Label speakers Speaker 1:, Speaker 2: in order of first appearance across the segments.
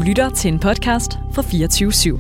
Speaker 1: lytter til en podcast fra 24/7.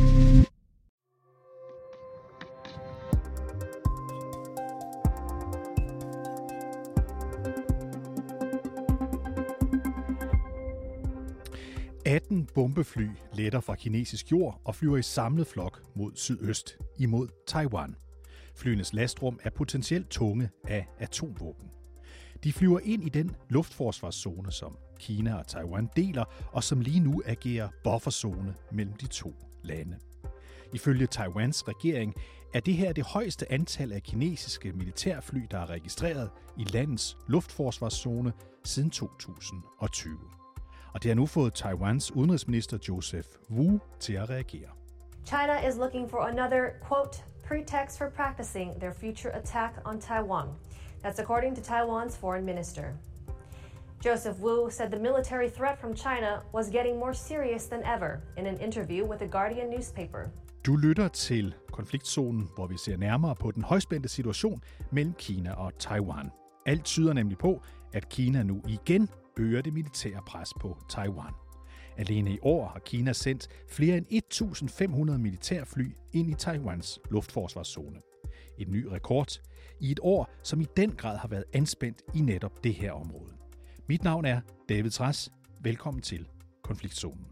Speaker 2: Bombefly letter fra kinesisk jord og flyver i samlet flok mod sydøst, imod Taiwan. Flyenes lastrum er potentielt tunge af atomvåben. De flyver ind i den luftforsvarszone, som Kina og Taiwan deler, og som lige nu agerer bufferzone mellem de to lande. Ifølge Taiwans regering er det her det højeste antal af kinesiske militærfly, der er registreret i landets luftforsvarszone siden 2020. Og det har nu fået Taiwans udenrigsminister Joseph Wu til at reagere.
Speaker 3: China is looking for another, quote, pretext for practicing their future attack on Taiwan. That's according to Taiwan's foreign minister. Joseph Wu said the military threat from China was getting more serious than ever in an interview with the Guardian newspaper.
Speaker 2: Du lytter til konfliktzonen, hvor vi ser nærmere på den højspændte situation mellem Kina og Taiwan. Alt tyder nemlig på, at Kina nu igen øger det militære pres på Taiwan. Alene i år har Kina sendt flere end 1.500 militærfly ind i Taiwans luftforsvarszone. En ny rekord i et år, som i den grad har været anspændt i netop det her område. Mit navn er David Trads. Velkommen til konfliktzonen.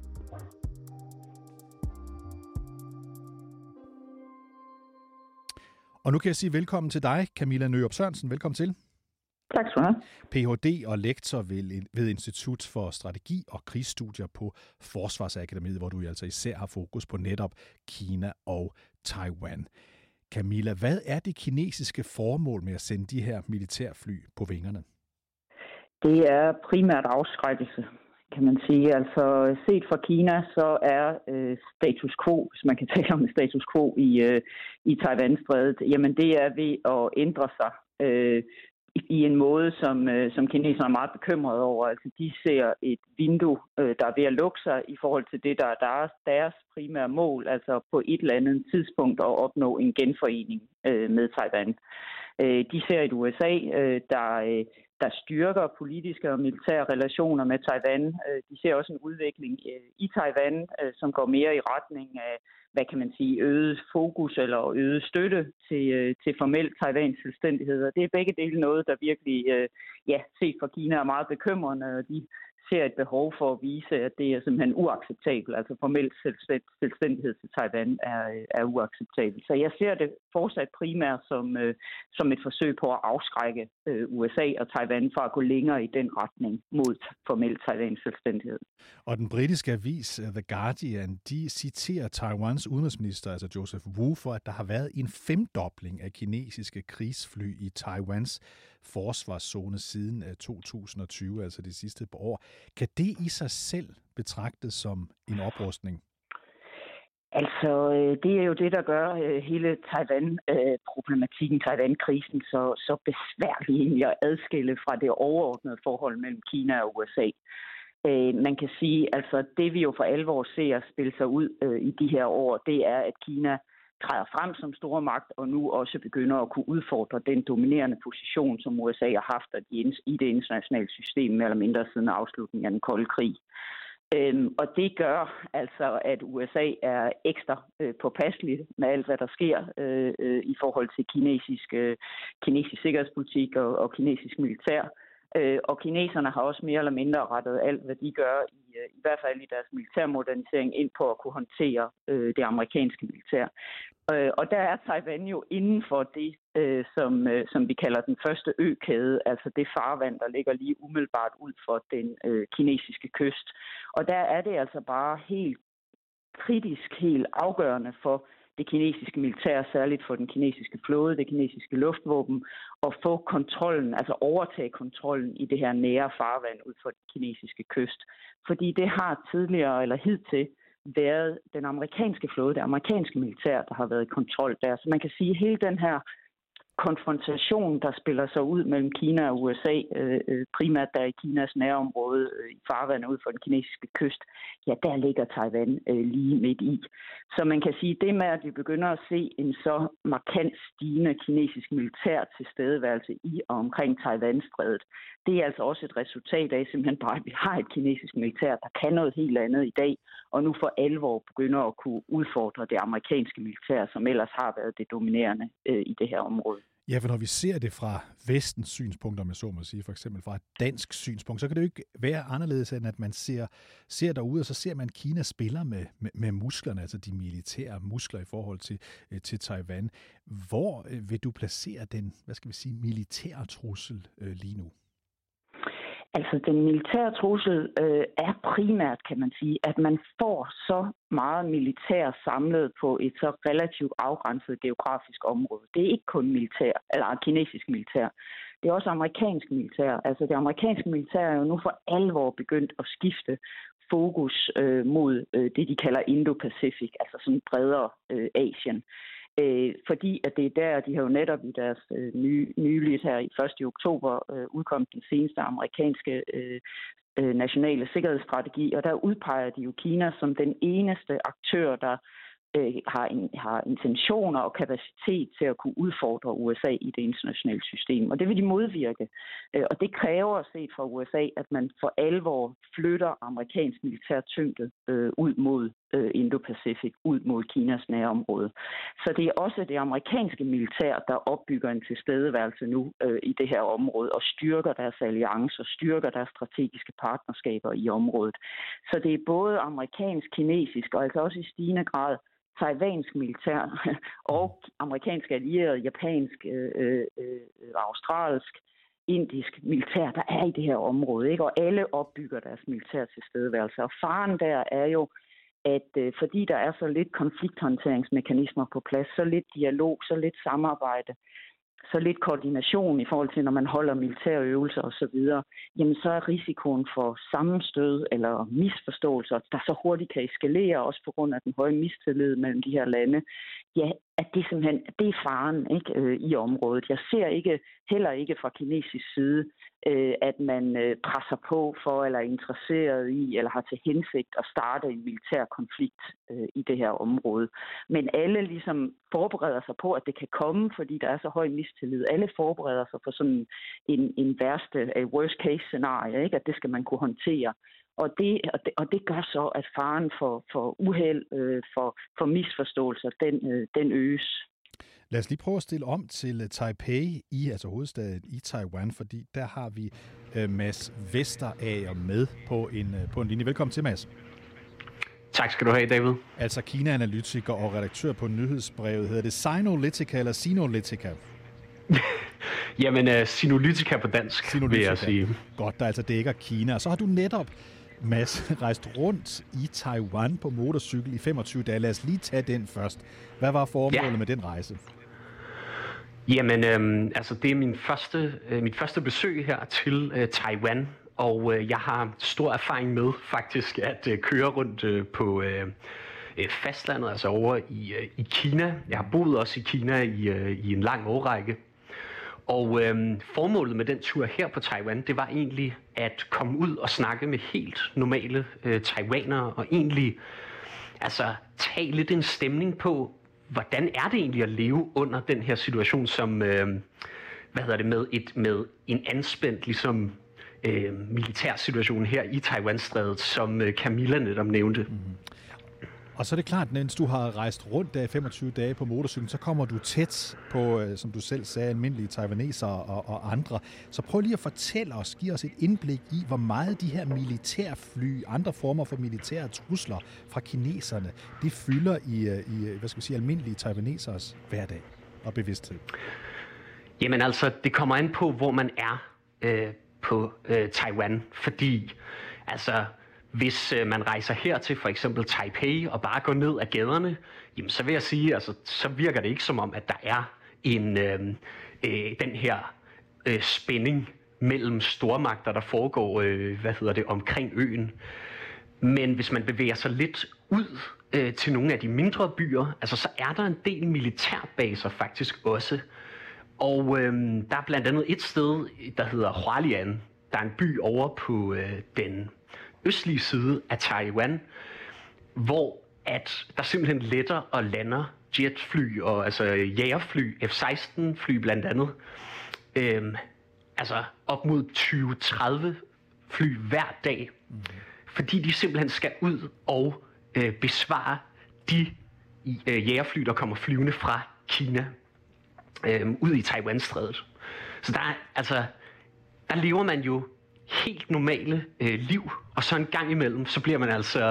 Speaker 2: Og nu kan jeg sige velkommen til dig, Camilla Nørup Sørensen. Velkommen til.
Speaker 4: Tak skal du have.
Speaker 2: Ph.D. og lektor ved Institut for Strategi og Krigsstudier på Forsvarsakademiet, hvor du altså især har fokus på netop Kina og Taiwan. Camilla, hvad er det kinesiske formål med at sende de her militærfly på vingerne?
Speaker 4: Det er primært afskrækkelse, kan man sige. Altså set fra Kina, så er status quo, hvis man kan tale om status quo i Taiwan-strædet, jamen det er ved at ændre sig i en måde, som kineserne er meget bekymrede over. Altså, de ser et vindue, der er ved at lukke sig i forhold til det, der er deres primære mål, altså på et eller andet tidspunkt at opnå en genforening med Taiwan. De ser et USA, der styrker politiske og militære relationer med Taiwan. De ser også en udvikling i Taiwan, som går mere i retning af, hvad kan man sige, øget fokus eller øget støtte til formel Taiwans selvstændighed. Og det er begge dele noget, der virkelig, set fra Kina er meget bekymrende, og de ser et behov for at vise, at det er simpelthen uacceptabelt. Altså formel selvstændighed til Taiwan er uacceptabelt. Så jeg ser det fortsat primært som et forsøg på at afskrække USA og Taiwan fra at gå længere i den retning mod formel Taiwans selvstændighed.
Speaker 2: Og den britiske avis The Guardian, de citerer Taiwans udenrigsminister, altså Joseph Wu, for at der har været en femdobling af kinesiske krigsfly i Taiwans forsvarszone siden 2020, altså de sidste par år. Kan det i sig selv betragtes som en oprustning?
Speaker 4: Altså, det er jo det, der gør hele Taiwan-problematikken, Taiwan-krisen, så besværlig egentlig at adskille fra det overordnede forhold mellem Kina og USA. Man kan sige, altså det vi jo for alvor ser spille sig ud i de her år, det er, at Kina træder frem som stormagt, og nu også begynder at kunne udfordre den dominerende position, som USA har haft i det internationale system, mere eller mindre siden afslutningen af den kolde krig. Og det gør altså, at USA er ekstra påpasselig med alt, hvad der sker i forhold til kinesisk sikkerhedspolitik og kinesisk militær. Og kineserne har også mere eller mindre rettet alt, hvad de gør, i hvert fald i deres militærmodernisering, ind på at kunne håndtere det amerikanske militær. Og der er Taiwan jo inden for det, som vi kalder den første økæde, altså det farvand, der ligger lige umiddelbart ud for den kinesiske kyst. Og der er det altså bare helt kritisk, helt afgørende for det kinesiske militær, særligt for den kinesiske flåde, det kinesiske luftvåben, og få kontrollen, altså overtage kontrollen i det her nære farvand ud for den kinesiske kyst. Fordi det har tidligere eller hidtil været den amerikanske flåde, det amerikanske militær, der har været i kontrol der. Så man kan sige, at hele den her konfrontation, der spiller sig ud mellem Kina og USA, primært der i Kinas nærområde, i farvandet ud for den kinesiske kyst, ja, der ligger Taiwan lige midt i. Så man kan sige, det med, at vi begynder at se en så markant stigende kinesisk militær tilstedeværelse i og omkring Taiwan-strædet, det er altså også et resultat af simpelthen bare, at vi har et kinesisk militær, der kan noget helt andet i dag, og nu for alvor begynder at kunne udfordre det amerikanske militær, som ellers har været det dominerende i det her område.
Speaker 2: Ja, for når vi ser det fra vestens synspunkt, om jeg så må sige, for eksempel fra et dansk synspunkt, så kan det jo ikke være anderledes, end at man ser derude, og så ser man, at Kina spiller med musklerne, altså de militære muskler i forhold til Taiwan. Hvor vil du placere den, militære trussel lige nu?
Speaker 4: Altså, den militære trussel er primært, kan man sige, at man får så meget militær samlet på et så relativt afgrænset geografisk område. Det er ikke kun militær, eller kinesisk militær. Det er også amerikansk militær. Altså, det amerikanske militær er jo nu for alvor begyndt at skifte fokus mod det, de kalder Indo-Pacific, altså sådan bredere Asien. Fordi at det er der, de har jo netop i deres nyligt her i 1. oktober udkom den seneste amerikanske nationale sikkerhedsstrategi, og der udpeger de jo Kina som den eneste aktør, der har intentioner og kapacitet til at kunne udfordre USA i det internationale system. Og det vil de modvirke. Og det kræver set fra USA, at man for alvor flytter amerikansk militær tyngde ud mod Indo-Pacific, ud mod Kinas nærområde. Så det er også det amerikanske militær, der opbygger en tilstedeværelse nu i det her område og styrker deres alliancer, styrker deres strategiske partnerskaber i området. Så det er både amerikansk, kinesisk og altså også i stigende grad taiwansk militær og amerikansk allierede, japansk, australsk, indisk militær, der er i det her område, ikke? Og alle opbygger deres militær tilstedeværelse. Og faren der er jo, at fordi der er så lidt konflikthåndteringsmekanismer på plads, så lidt dialog, så lidt samarbejde, så lidt koordination i forhold til, når man holder militære øvelser osv., jamen så er risikoen for sammenstød eller misforståelser, der så hurtigt kan eskalere, også på grund af den høje mistillid mellem de her lande, ja, at det simpelthen, det er faren, ikke, i området. Jeg ser heller ikke fra kinesisk side, at man presser på for, eller er interesseret i, eller har til hensigt at starte en militær konflikt i det her område. Men alle ligesom forbereder sig på, at det kan komme, fordi der er så høj mistillid. Alle forbereder sig på sådan en worst case scenarie, ikke? At det skal man kunne håndtere. Og det gør så, at faren for uheld, for misforståelser, den øges.
Speaker 2: Lad os lige prøve at stille om til Taipei, altså hovedstaden i Taiwan, fordi der har vi Mads Vesterager med på en linje. Velkommen til, Mads.
Speaker 5: Tak skal du have, David.
Speaker 2: Altså Kina-analytiker og redaktør på nyhedsbrevet. Hedder det Sinolytica eller Sinolytica?
Speaker 5: Jamen, Sinolytica på dansk, vil jeg sige.
Speaker 2: Godt, der altså dækker Kina. Og så har du netop, Mads, rejst rundt i Taiwan på motorcykel i 25 dage. Lad os lige tage den først. Hvad var formålet med den rejse?
Speaker 5: Jamen, det er mit første besøg her til Taiwan, og jeg har stor erfaring med faktisk at køre rundt på fastlandet, altså over i Kina. Jeg har boet også i Kina i en lang årrække. Og formålet med den tur her på Taiwan, det var egentlig at komme ud og snakke med helt normale taiwanere, og egentlig tage lidt en stemning på, hvordan er det egentlig at leve under den her situation, som med en anspændt ligesom militær situation her i Taiwan-strædet, som Camilla netop nævnte. Mm-hmm.
Speaker 2: Og så er det klart, at når du har rejst rundt der 25 dage på motorcyklen, så kommer du tæt på, som du selv sagde, almindelige taiwanesere og andre. Så prøv lige at fortælle os, give os et indblik i, hvor meget de her militærfly, andre former for militære trusler fra kineserne, det fylder i almindelige taiwaneseres hverdag og bevidsthed.
Speaker 5: Jamen altså, det kommer an på, hvor man er på Taiwan, fordi hvis man rejser her til for eksempel Taipei og bare går ned ad gaderne, jamen så vil jeg sige, så virker det ikke som om, at der er den her spænding mellem stormagter, der foregår omkring øen. Men hvis man bevæger sig lidt ud til nogle af de mindre byer, så er der en del militærbaser faktisk også. Og der er blandt andet et sted, der hedder Hualien. Der er en by over på den østlige side af Taiwan, hvor at der simpelthen letter og lander jetfly og altså jagerfly, F-16 fly blandt andet. Altså op mod 20-30 fly hver dag, fordi de simpelthen skal ud og besvare de jagerfly, der kommer flyvende fra Kina ud i Taiwan-strædet. Så der lever man jo helt normale liv, og så en gang imellem, så bliver man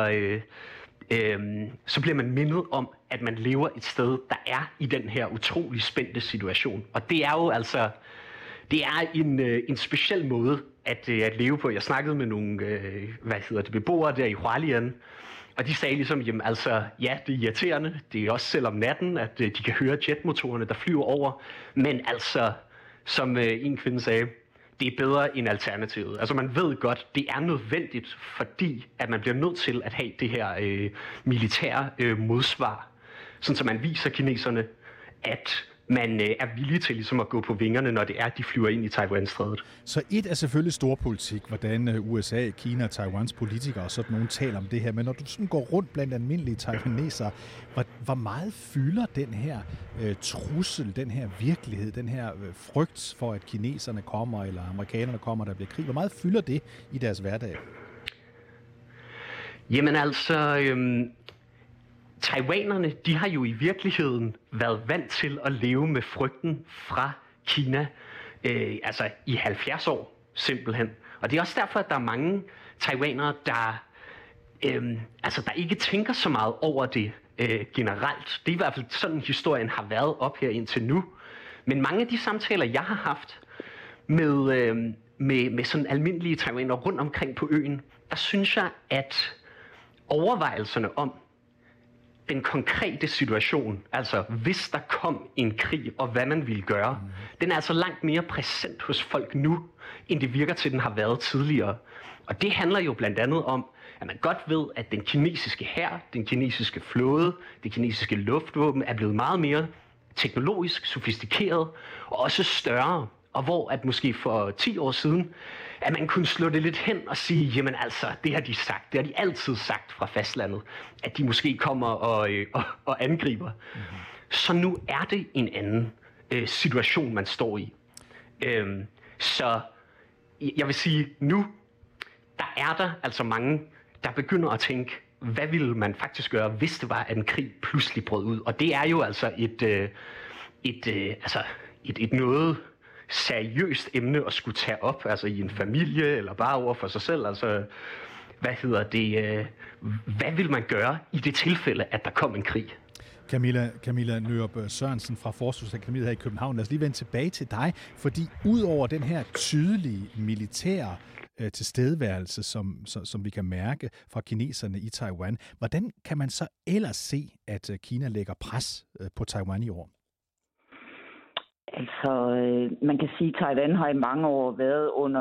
Speaker 5: så bliver man mindet om, at man lever et sted, der er i den her utrolig spændte situation. Og det er jo altså, det er en speciel måde at leve på. Jeg snakkede med nogle beboere der i Hualien, og de sagde ligesom, jamen altså, ja, det er irriterende. Det er også selv om natten, at de kan høre jetmotorerne, der flyver over. Men altså, som en kvinde sagde, det er bedre end alternativet. Altså man ved godt, det er nødvendigt, fordi at man bliver nødt til at have det her militære modsvar. Sådan så man viser kineserne, at man er villig til ligesom at gå på vingerne, når det er, de flyver ind i Taiwan-strædet.
Speaker 2: Så et er selvfølgelig storpolitik, hvordan USA, Kina og Taiwans politikere og sådan nogen taler om det her. Men når du sådan går rundt blandt almindelige taiwanesere, hvor meget fylder den her trussel, den her virkelighed, den her frygt for, at kineserne kommer, eller amerikanerne kommer, der bliver krig, hvor meget fylder det i deres hverdag?
Speaker 5: Jamen altså, taiwanerne, de har jo i virkeligheden været vant til at leve med frygten fra Kina, altså i 70 år simpelthen. Og det er også derfor, at der er mange taiwanere, der ikke tænker så meget over det generelt. Det er i hvert fald sådan, historien har været op her indtil nu. Men mange af de samtaler, jeg har haft med sådan almindelige taiwanere rundt omkring på øen, der synes jeg, at overvejelserne om den konkrete situation, altså hvis der kom en krig, og hvad man ville gøre, den er altså langt mere præsent hos folk nu, end det virker til, den har været tidligere. Og det handler jo blandt andet om, at man godt ved, at den kinesiske hær, den kinesiske flåde, det kinesiske luftvåben er blevet meget mere teknologisk sofistikeret, og også større. Og hvor at måske for 10 år siden, at man kunne slå det lidt hen og sige, jamen altså, det har de sagt, det har de altid sagt fra fastlandet, at de måske kommer og angriber. Mm-hmm. Så nu er det en anden situation, man står i. Så jeg vil sige, nu der er der altså mange, der begynder at tænke, hvad ville man faktisk gøre, hvis det var, at en krig pludselig brød ud? Og det er jo altså et noget seriøst emne at skulle tage op, altså i en familie, eller bare over for sig selv. Altså, hvad vil man gøre i det tilfælde, at der kom en krig?
Speaker 2: Camilla Nørup Sørensen fra Forsvarsakademiet her i København. Lad os lige vende tilbage til dig, fordi udover den her tydelige militære tilstedeværelse, som vi kan mærke fra kineserne i Taiwan, hvordan kan man så ellers se, at Kina lægger pres på Taiwan i år?
Speaker 4: Altså, man kan sige, at Taiwan har i mange år været under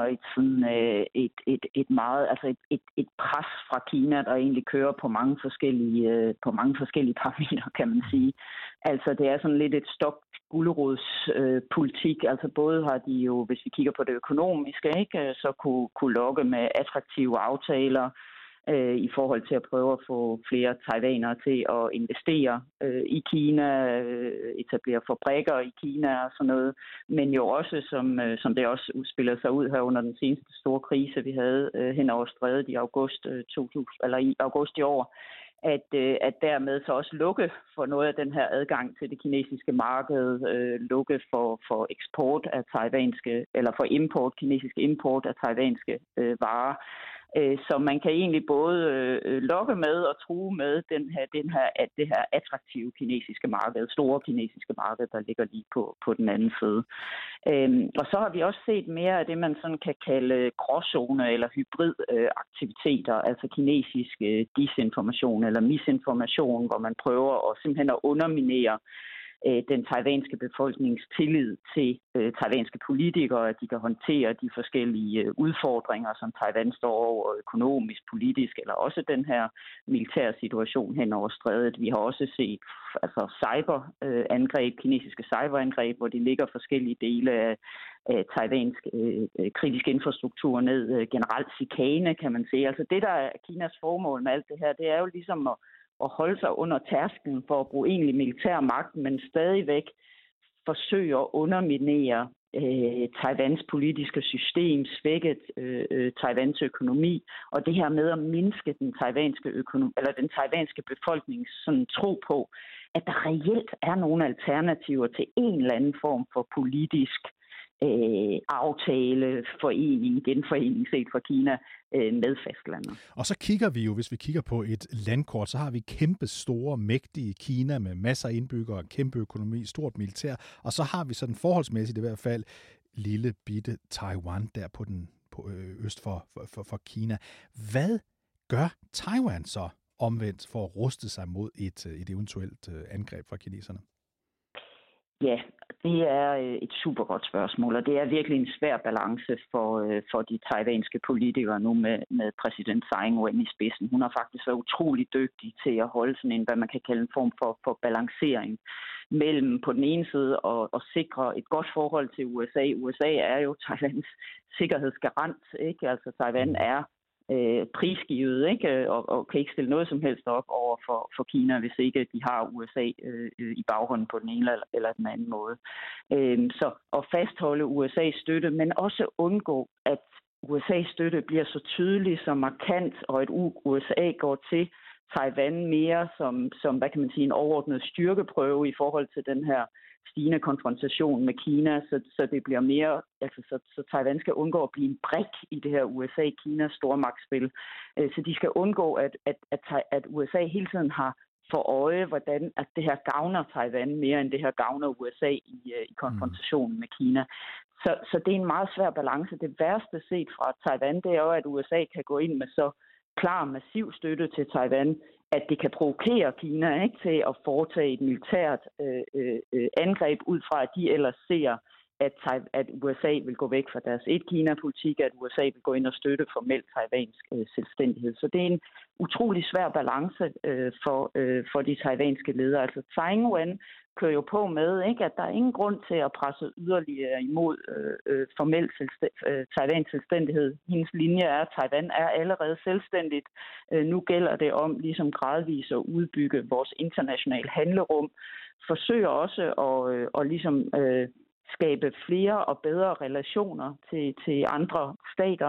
Speaker 4: et pres fra Kina, der egentlig kører på mange forskellige parametre, kan man sige. Altså, det er sådan lidt et stok-gulerodspolitik. Altså, både har de jo, hvis vi kigger på det økonomiske, ikke, så kunne lokke med attraktive aftaler i forhold til at prøve at få flere taiwanere til at investere i Kina, etablere fabrikker i Kina og sådan noget, men jo også, som det også udspiller sig ud her under den seneste store krise, vi havde hen over strædet i august i år, at dermed så også lukke for noget af den her adgang til det kinesiske marked, lukke for eksport af taiwanske, eller for kinesisk import af taiwanske varer. Så man kan egentlig både lokke med og true med det her attraktive kinesiske marked, store kinesiske marked, der ligger lige på den anden side. Og så har vi også set mere af det, man sådan kan kalde gråzone eller hybridaktiviteter, altså kinesisk disinformation eller misinformation, hvor man prøver simpelthen at underminere den taiwanske befolknings tillid til taiwanske politikere, at de kan håndtere de forskellige udfordringer, som Taiwan står over økonomisk, politisk, eller også den her militære situation hen over strædet. Vi har også set cyberangreb, kinesiske cyberangreb, hvor de ligger forskellige dele af taiwansk kritisk infrastruktur ned. Generelt chikane, kan man sige. Altså det, der er Kinas formål med alt det her, det er jo ligesom at holde sig under tærsklen for at bruge egentlig militær magt, men stadigvæk forsøge at underminere Taiwans politiske system, svækket Taiwans økonomi, og det her med at mindske den taiwanske befolknings sådan tro på, at der reelt er nogle alternativer til en eller anden form for politisk aftale, forening, genforening set fra Kina med fastlandet.
Speaker 2: Og så kigger vi jo, hvis vi kigger på et landkort, så har vi kæmpe store, mægtige Kina med masser af indbyggere, kæmpe økonomi, stort militær, og så har vi sådan forholdsmæssigt i hvert fald lille bitte Taiwan der på øst for Kina. Hvad gør Taiwan så omvendt for at ruste sig mod et eventuelt angreb fra kineserne?
Speaker 4: Ja, det er et super godt spørgsmål, og det er virkelig en svær balance for de taiwanske politikere nu med præsident Tsai Ing-wen i spidsen. Hun har faktisk været utrolig dygtig til at holde sådan en, hvad man kan kalde en form for balancering mellem på den ene side at sikre et godt forhold til USA. USA er jo Taiwans sikkerhedsgarant, ikke? Altså Taiwan er prisgivet, ikke? Og kan ikke stille noget som helst op over for Kina, hvis ikke de har USA i baghånden på den ene eller den anden måde. Så at fastholde USA's støtte, men også undgå, at USA's støtte bliver så tydelig, så markant, og at USA går til Taiwan mere som hvad kan man sige, en overordnet styrkeprøve i forhold til den her stigende konfrontation med Kina, så det bliver mere, altså så Taiwan skal undgå at blive en brik i det her USA-Kina stormagtsspil. Så de skal undgå, at USA hele tiden har for øje, hvordan at det her gavner Taiwan mere, end det her gavner USA i konfrontationen med Kina. Så det er en meget svær balance. Det værste set fra Taiwan, det er jo, at USA kan gå ind med så klar massiv støtte til Taiwan, at det kan provokere Kina, ikke, til at foretage et militært angreb ud fra, at de ellers ser, at USA vil gå væk fra deres et-Kina-politik, at USA vil gå ind og støtte formelt taiwansk selvstændighed. Så det er en utrolig svær balance for de taiwanske ledere. Altså Tsai Ing-wen kører jo på med, ikke, at der er ingen grund til at presse yderligere imod formelt Taiwans selvstændighed. Hendes linje er, at Taiwan er allerede selvstændigt. Nu gælder det om ligesom gradvist at udbygge vores internationale handlerum. Forsøger også at ligesom skabe flere og bedre relationer til andre stater,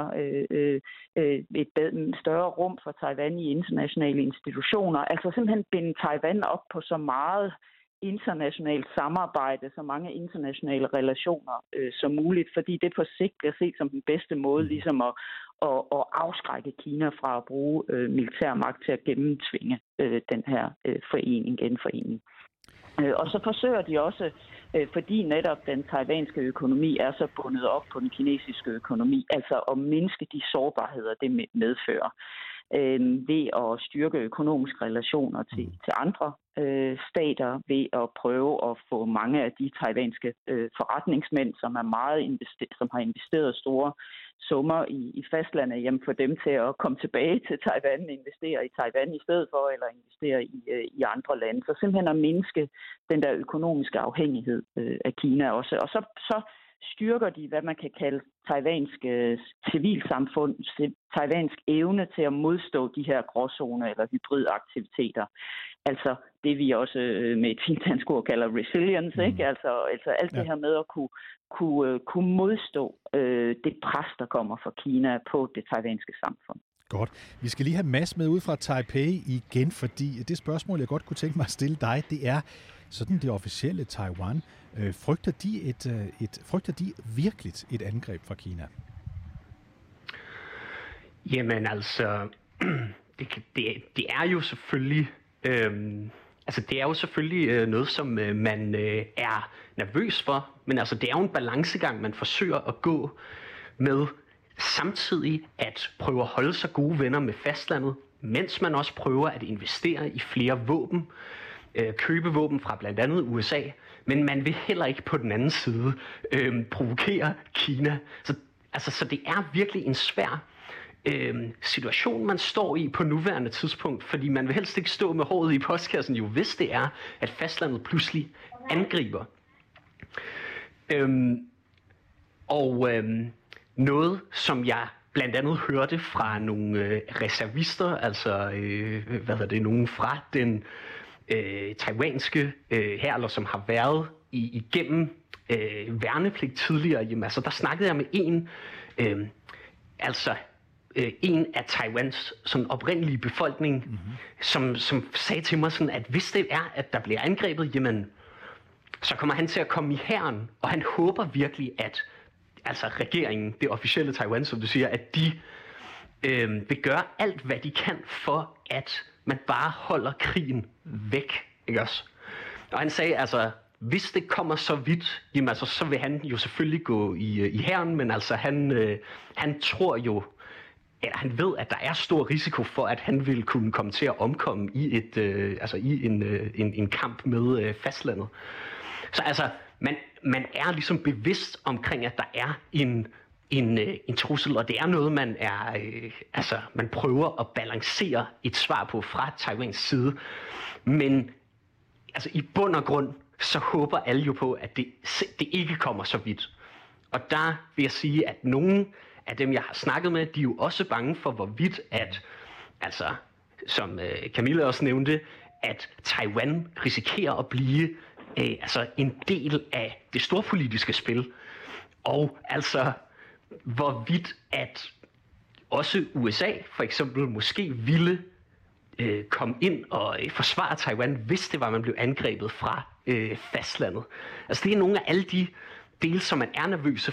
Speaker 4: et større rum for Taiwan i internationale institutioner. Altså simpelthen binde Taiwan op på så meget internationalt samarbejde, så mange internationale relationer som muligt, fordi det på sigt bliver set som den bedste måde ligesom at afskrække Kina fra at bruge militær magt til at gennemtvinge den her genforening. Og så forsøger de også, fordi netop den taiwanske økonomi er så bundet op på den kinesiske økonomi, altså at mindske de sårbarheder, det medfører, ved at styrke økonomiske relationer til andre stater, ved at prøve at få mange af de taiwanske forretningsmænd, som har investeret store summer i fastlandet, hjem for dem til at komme tilbage til Taiwan, investere i Taiwan i stedet for, eller investere i andre lande. Så simpelthen at mindske den der økonomiske afhængighed af Kina også. Og så styrker de, hvad man kan kalde taiwansk civilsamfund, taiwansk evne til at modstå de her gråzoner eller hybridaktiviteter. Altså det, vi også med et fint dansk ord kalder resilience, ikke? Altså alt det her med at kunne modstå det pres, der kommer fra Kina på det taiwanske samfund.
Speaker 2: Godt. Vi skal lige have Mads med ud fra Taipei igen, fordi det spørgsmål, jeg godt kunne tænke mig at stille dig, det er sådan det officielle Taiwan. Frygter de virkelig et angreb fra Kina?
Speaker 5: Jamen altså, det er jo selvfølgelig... det er jo selvfølgelig noget, som man er nervøs for, men altså det er jo en balancegang, man forsøger at gå med, samtidig at prøve at holde sig gode venner med fastlandet, mens man også prøver at investere i flere våben. købe våben fra blandt andet USA, men man vil heller ikke på den anden side provokere Kina. Så det er virkelig en svær situation, man står i på nuværende tidspunkt, fordi man vil helst ikke stå med håret i postkassen, jo hvis det er, at fastlandet pludselig angriber. Noget, som jeg blandt andet hørte fra nogle reservister, altså nogen fra den taiwanske hær, eller som har været igennem værnepligt tidligere, jamen, altså, der snakkede jeg med en af Taiwans sådan oprindelige befolkning, som sagde til mig sådan, at hvis det er, at der bliver angrebet, jamen, så kommer han til at komme i hæren, og han håber virkelig, at regeringen, det officielle Taiwan, som du siger, at de vil gøre alt, hvad de kan for, at man bare holder krigen væk, ikke også? Og han sagde, altså, hvis det kommer så vidt, jamen, altså, så vil han jo selvfølgelig gå i hæren, men altså, han tror jo, eller han ved, at der er stor risiko for, at han vil kunne komme til at omkomme i en kamp med fastlandet. Så altså, man er ligesom bevidst omkring, at der er en trussel, og det er noget, man prøver at balancere et svar på fra Taiwans side. Men altså, i bund og grund, så håber alle jo på, at det ikke kommer så vidt. Og der vil jeg sige, at nogle af dem, jeg har snakket med, de er jo også bange for, hvorvidt at, altså, som Camilla også nævnte, at Taiwan risikerer at blive en del af det storpolitiske spil. Og altså, hvorvidt at også USA for eksempel måske ville komme ind og forsvare Taiwan, hvis det var, man blev angrebet fra fastlandet. Altså, det er nogle af alle de dele, som man er nervøse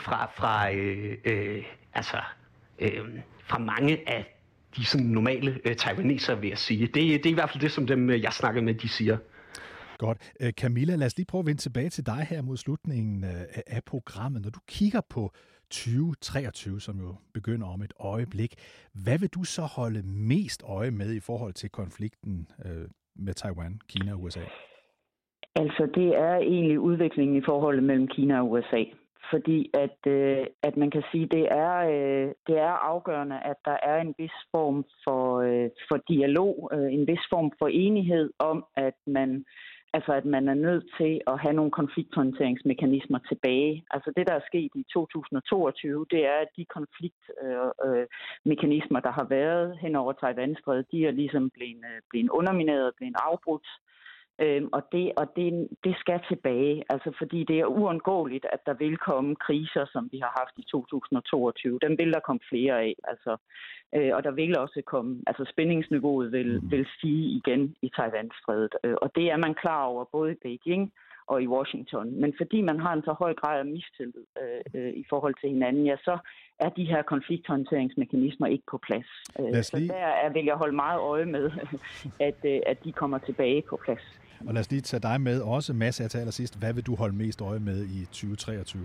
Speaker 5: fra mange af de sådan normale taiwanesere, vil jeg sige. Det er i hvert fald det, som dem, jeg snakker med, de siger.
Speaker 2: Godt. Camilla, lad os lige prøve at vende tilbage til dig her mod slutningen af programmet. Når du kigger på 2023, som jo begynder om et øjeblik, hvad vil du så holde mest øje med i forhold til konflikten med Taiwan, Kina og USA?
Speaker 4: Altså, det er egentlig udviklingen i forholdet mellem Kina og USA. Fordi at man kan sige, det er afgørende, at der er en vis form for dialog, en vis form for enighed om, at man er nødt til at have nogle konflikthåndteringsmekanismer tilbage. Altså det, der er sket i 2022, det er, at de konfliktmekanismer, der har været hen over Taiwanstrædet, de er ligesom blevet undermineret, blevet afbrudt. Og det skal tilbage, altså fordi det er uundgåeligt, at der vil komme kriser, som vi har haft i 2022. Dem vil der komme flere af, altså, og der vil også komme, altså spændingsniveauet vil stige igen i Taiwanstrædet. Og det er man klar over både i Beijing og i Washington. Men fordi man har en så høj grad af mistillid i forhold til hinanden, ja, så er de her konflikthåndteringsmekanismer ikke på plads. Så der vil jeg holde meget øje med, at de kommer tilbage på plads.
Speaker 2: Og lad os lige tage dig med også, Mads, her til allersidst. Hvad vil du holde mest øje med i 2023?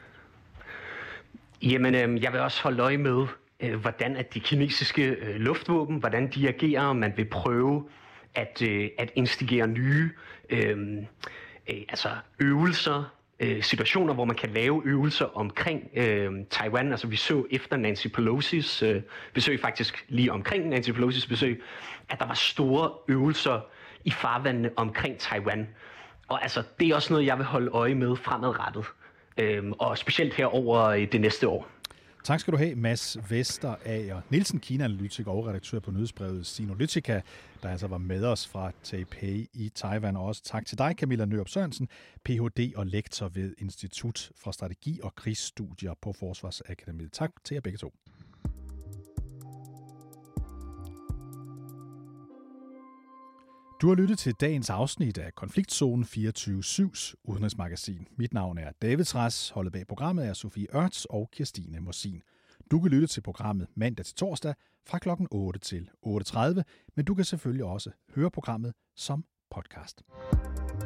Speaker 5: Jamen, jeg vil også holde øje med, hvordan at de kinesiske luftvåben, hvordan de agerer. Man vil prøve at instigere nye øvelser, situationer, hvor man kan lave øvelser omkring Taiwan. Altså vi så efter Nancy Pelosi's besøg, faktisk lige omkring Nancy Pelosi's besøg, at der var store øvelser i farvandene omkring Taiwan. Og altså, det er også noget, jeg vil holde øje med fremadrettet. Og specielt her over det næste år.
Speaker 2: Tak skal du have, Mads Vesterager Nielsen, Kina-analytiker og redaktør på nyhedsbrevet Sinolytica, der altså var med os fra Taipei i Taiwan. Og også tak til dig, Camilla Nørup Sørensen, Ph.D. og lektor ved Institut for Strategi og Krigsstudier på Forsvarsakademiet. Tak til jer begge to. Du har lyttet til dagens afsnit af Konfliktzone 24/7's udenrigsmagasin. Mit navn er David Trads, holdet bag programmet er Sofie Ørts og Kirstine Morsin. Du kan lytte til programmet mandag til torsdag fra kl. 8 til 8.30, men du kan selvfølgelig også høre programmet som podcast.